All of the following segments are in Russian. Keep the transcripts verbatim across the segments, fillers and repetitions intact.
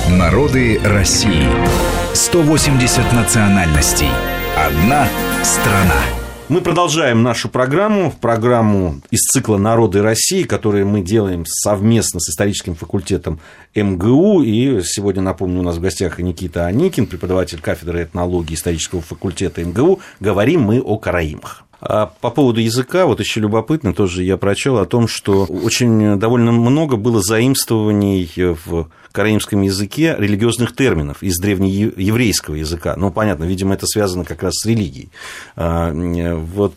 Народы России. сто восемьдесят национальностей. Одна страна. Мы продолжаем нашу программу, программу из цикла «Народы России», которую мы делаем совместно с историческим факультетом эм гэ у. И сегодня, напомню, у нас в гостях Никита Аникин, преподаватель кафедры этнологии исторического факультета эм гэ у. Говорим мы о караимах. А по поводу языка, вот еще любопытно, тоже я прочел о том, что очень довольно много было заимствований в караимском языке религиозных терминов из древнееврейского языка. Ну, понятно, видимо, это связано как раз с религией. Вот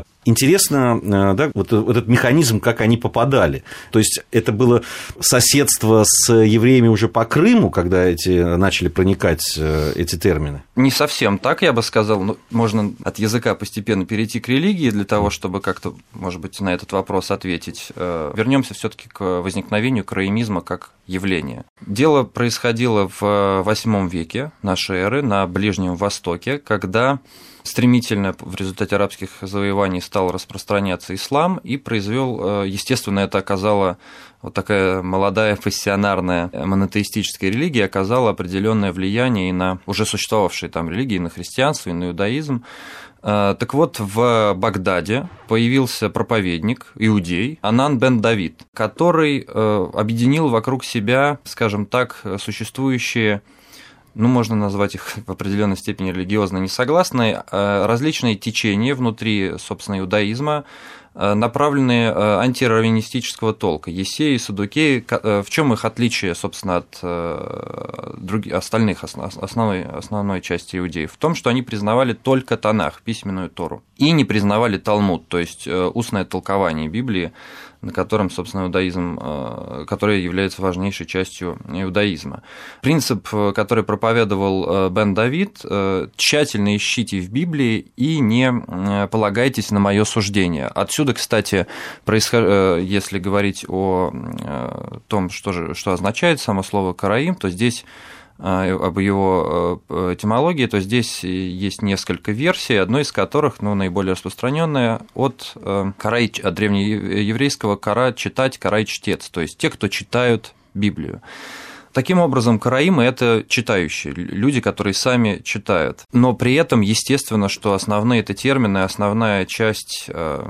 интересно, да, вот этот механизм, как они попадали. То есть это было соседство с евреями уже по Крыму, когда эти, начали проникать эти термины? Не совсем так, я бы сказал. Ну, можно от языка постепенно перейти к религии для того, чтобы как-то, может быть, на этот вопрос ответить. Вернемся все-таки к возникновению караимизма как явления. Дело происходило в восьмом веке нашей эры на Ближнем Востоке, когда стремительно в результате арабских завоеваний стал распространяться ислам и произвел, естественно, это оказало, вот такая молодая пассионарная монотеистическая религия оказала определенное влияние и на уже существовавшие там религии, и на христианство, и на иудаизм. Так вот, в Багдаде появился проповедник, иудей, Анан бен Давид, который объединил вокруг себя, скажем так, существующие, ну, можно назвать их в определенной степени религиозно несогласные, различные течения внутри, собственно, иудаизма, направленные антираввинистического толка. Ессеи, Саддукеи, в чем их отличие, собственно, от других, остальных основной, основной части иудеев? В том, что они признавали только Танах, письменную Тору, и не признавали Талмуд, то есть устное толкование Библии, на котором, собственно, иудаизм, который является важнейшей частью иудаизма. Принцип, который проповедовал бен Давид: тщательно ищите в Библии и не полагайтесь на мое суждение. Отсюда, кстати, происход... если говорить о том, что, же, что означает само слово «караим», то здесь об его этимологии, то здесь есть несколько версий, одной из которых, ну, наиболее распространенная, от карай, от древнееврейского кара читать, карай чтец, то есть те, кто читают Библию. Таким образом, караимы – это читающие, люди, которые сами читают. Но при этом, естественно, что основные это термины, основная часть,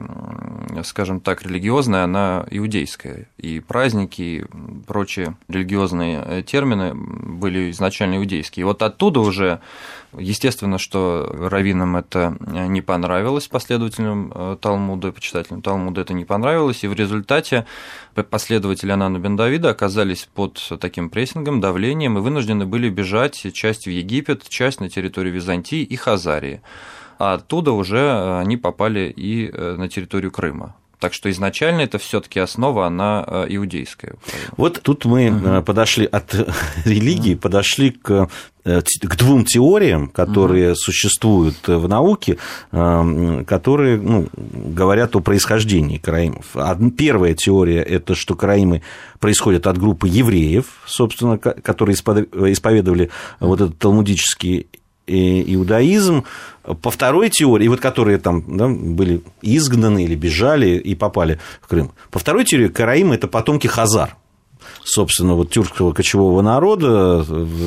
скажем так, религиозная, она иудейская. И праздники, и прочие религиозные термины были изначально иудейские. И вот оттуда уже, естественно, что раввинам это не понравилось, последователям Талмуда и почитателям Талмуда это не понравилось, и в результате последователи Анана бен Давида оказались под таким прессингом, давлением и вынуждены были бежать, часть в Египет, часть на территорию Византии и Хазарии. А оттуда уже они попали и на территорию Крыма. Так что изначально это все-таки основа, она иудейская. Вот тут мы угу. подошли от религии, угу. подошли к, к двум теориям, которые угу. существуют в науке, которые, ну, говорят о происхождении караимов. Первая теория – это что караимы происходят от группы евреев, собственно, которые исповедовали вот этот талмудический иудаизм. По второй теории, вот которые там, да, были изгнаны или бежали и попали в Крым. По второй теории, караимы – это потомки хазар, собственно, вот тюркского кочевого народа,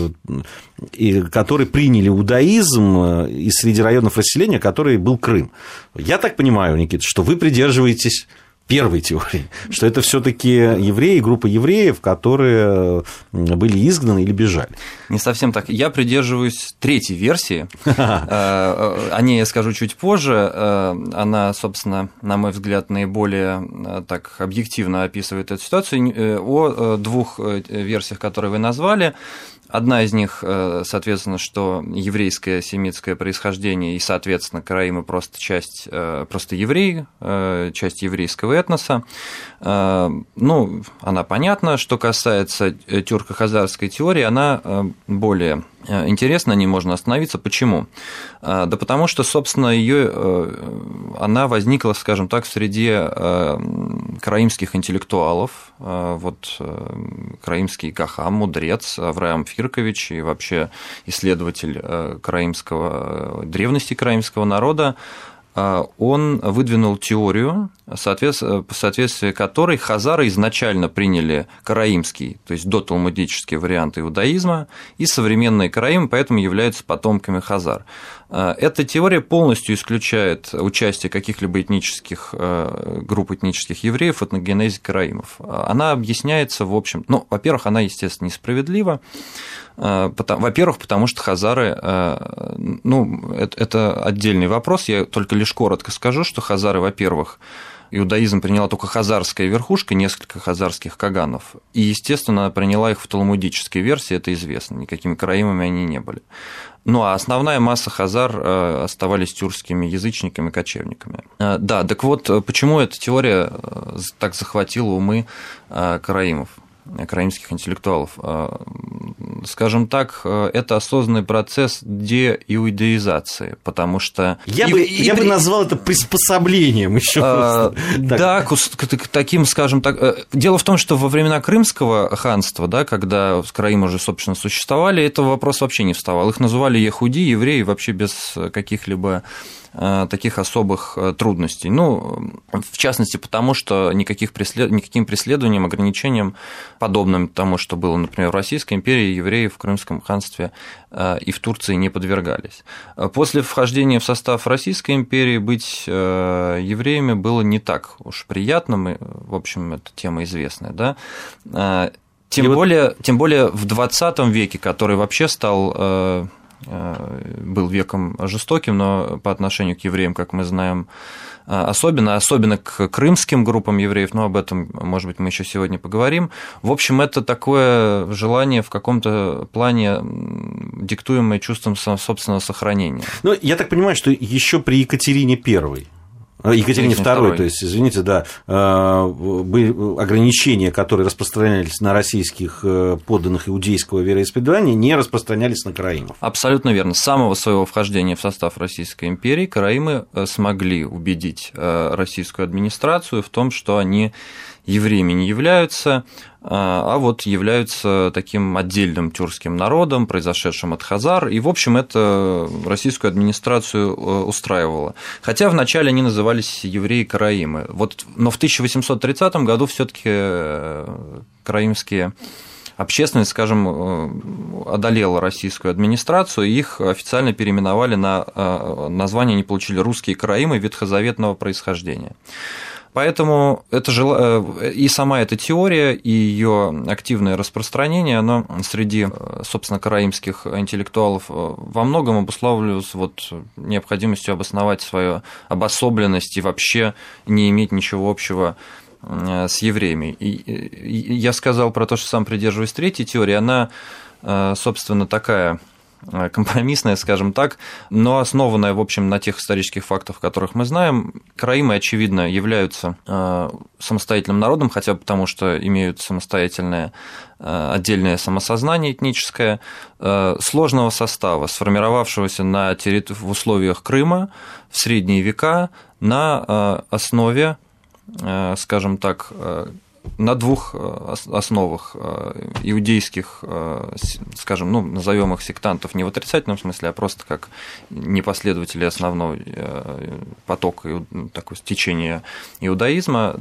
и которые приняли иудаизм из среди районов расселения, который был Крым. Я так понимаю, Никита, что вы придерживаетесь первой теории, что это все-таки евреи, группа евреев, которые были изгнаны или бежали. Не совсем так. Я придерживаюсь третьей версии. О ней я скажу чуть позже. Она, собственно, на мой взгляд, наиболее так объективно описывает эту ситуацию. О двух версиях, которые вы назвали. Одна из них, соответственно, что еврейское семитское происхождение и, соответственно, караимы просто часть, просто евреи, часть еврейского этноса. Ну, она понятна. Что касается тюрко-хазарской теории, она более интересно, на ней можно остановиться. Почему? Да потому что, собственно, ее, она возникла, скажем так, в среде караимских интеллектуалов. Вот караимский Кахам, мудрец Авраам Фиркович и вообще исследователь караимского, древности караимского народа, он выдвинул теорию, по соответствии которой хазары изначально приняли караимский, то есть доталмудический вариант иудаизма, и современные караимы поэтому являются потомками хазар. Эта теория полностью исключает участие каких-либо этнических групп этнических евреев в этногенезе караимов. Она объясняется, в общем, ну, во-первых, она, естественно, несправедлива. Во-первых, потому что хазары, ну, это отдельный вопрос, я только лишь коротко скажу, что хазары, во-первых, иудаизм приняла только хазарская верхушка, несколько хазарских каганов, и, естественно, приняла их в талмудической версии, это известно, никакими караимами они не были. Ну, а основная масса хазар оставались тюркскими язычниками, кочевниками. Да, так вот, почему эта теория так захватила умы караимов, караимских интеллектуалов? Скажем так, это осознанный процесс деиудеизации, потому что... Я, и, бы, и, я и, бы назвал это приспособлением еще. А, да, к таким, скажем так... Дело в том, что во времена Крымского ханства, да, когда караимы уже, собственно, существовали, этого вопрос вообще не вставал. Их называли яхуди, евреи, вообще без каких-либо таких особых трудностей. Ну, в частности, потому что никаких преслед... никаким преследованиям, ограничениям, подобным тому, что было, например, в Российской империи, евреи в Крымском ханстве и в Турции не подвергались. После вхождения в состав Российской империи быть евреями было не так уж приятным, и, в общем, эта тема известная, да. Тем, вот... более, тем более в двадцатом веке, который вообще стал... был веком жестоким, но по отношению к евреям, как мы знаем, особенно, особенно к крымским группам евреев, но об этом, может быть, мы еще сегодня поговорим. В общем, это такое желание в каком-то плане, диктуемое чувством собственного сохранения. Ну, я так понимаю, что еще при Екатерине Первой, Екатерине Второй, то есть, извините, да, были ограничения, которые распространялись на российских подданных иудейского вероисповедания, не распространялись на караимов. Абсолютно верно. С самого своего вхождения в состав Российской империи караимы смогли убедить российскую администрацию в том, что они евреями не являются, а вот являются таким отдельным тюркским народом, произошедшим от хазар, и, в общем, это российскую администрацию устраивало. Хотя вначале они назывались евреи-караимы. Вот, но в тысяча восемьсот тридцатом году все-таки караимские общественность, скажем, одолела российскую администрацию, и их официально переименовали на название, они получили русские караимы ветхозаветного происхождения. Поэтому это жел... и сама эта теория, и ее активное распространение, оно среди, собственно, караимских интеллектуалов во многом обуславливалось вот необходимостью обосновать свою обособленность и вообще не иметь ничего общего с евреями. И я сказал про то, что сам придерживаюсь третьей теории, она, собственно, такая компромиссная, скажем так, но основанная, в общем, на тех исторических фактах, которых мы знаем. Караимы, очевидно, являются самостоятельным народом, хотя бы потому, что имеют самостоятельное отдельное самосознание этническое, сложного состава, сформировавшегося на территор... в условиях Крыма в средние века на основе, скажем так, на двух основах иудейских, скажем, ну, назовем их сектантов не в отрицательном смысле, а просто как непоследователи основного потока, такого течения иудаизма,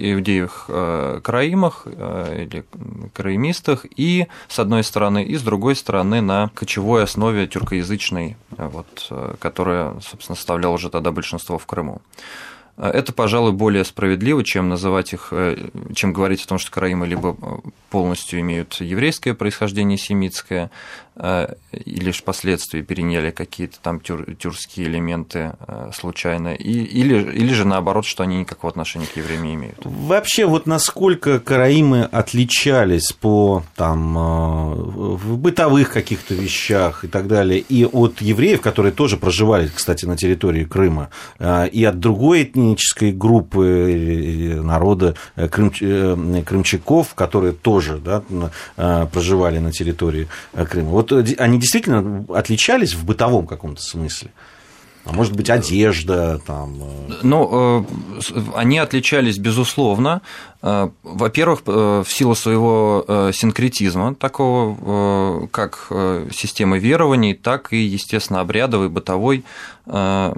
иудеев-караимах или караимистах, и с одной стороны, и с другой стороны на кочевой основе тюркоязычной, вот, которая, собственно, составляла уже тогда большинство в Крыму. Это, пожалуй, более справедливо, чем называть их, чем говорить о том, что караимы либо полностью имеют еврейское происхождение семитское, и лишь впоследствии переняли какие-то там тюр, тюркские элементы случайно, и, или, или же наоборот, что они никакого отношения к евреям не имеют. Вообще, вот насколько караимы отличались по там, в бытовых каких-то вещах и так далее, и от евреев, которые тоже проживали, кстати, на территории Крыма, и от другой этнической группы народа крымчаков, которые тоже, да, проживали на территории Крыма. Вот они действительно отличались в бытовом каком-то смысле? А может быть, одежда там? Ну, они отличались, безусловно. Во-первых, в силу своего синкретизма, такого как системы верований, так и, естественно, обрядовой, бытовой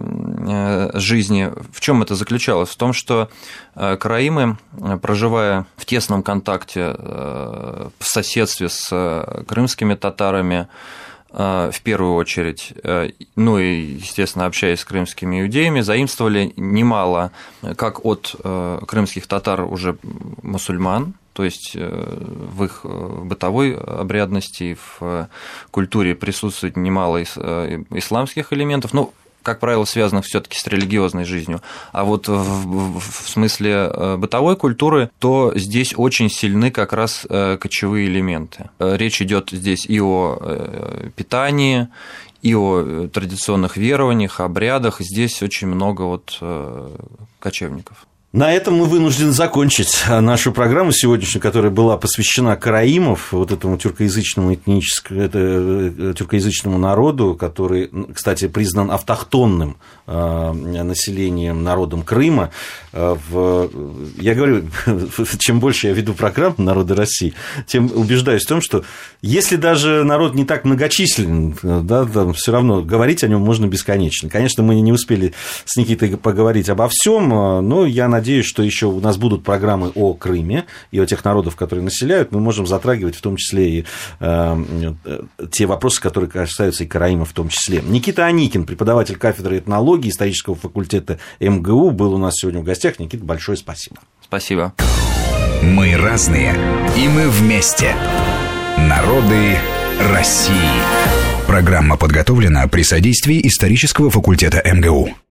жизни. В чем это заключалось? В том, что караимы, проживая в тесном контакте, в соседстве с крымскими татарами, в первую очередь, ну и, естественно, общаясь с крымскими иудеями, заимствовали немало как от крымских татар уже мусульман, то есть в их бытовой обрядности, в культуре присутствует немало исламских элементов, ну, как правило, связанных все-таки с религиозной жизнью. А вот в, в смысле бытовой культуры, то здесь очень сильны как раз кочевые элементы. Речь идет здесь и о питании, и о традиционных верованиях, обрядах. Здесь очень много вот кочевников. На этом мы вынуждены закончить нашу программу сегодняшнюю, которая была посвящена караимов, вот этому тюркоязычному этническому, это, тюркоязычному народу, который, кстати, признан автохтонным населением, народом Крыма. В, я говорю, чем больше я веду программу «Народы России», тем убеждаюсь в том, что если даже народ не так многочислен, да, там все равно говорить о нем можно бесконечно. Конечно, мы не успели с Никитой поговорить обо всем, но я надеюсь, Надеюсь, что еще у нас будут программы о Крыме и о тех народах, которые населяют. Мы можем затрагивать в том числе и э, те вопросы, которые касаются и караимов в том числе. Никита Аникин, преподаватель кафедры этнологии исторического факультета эм гэ у, был у нас сегодня в гостях. Никита, большое спасибо. Спасибо. Мы разные, и мы вместе. Народы России. Программа подготовлена при содействии исторического факультета эм гэ у.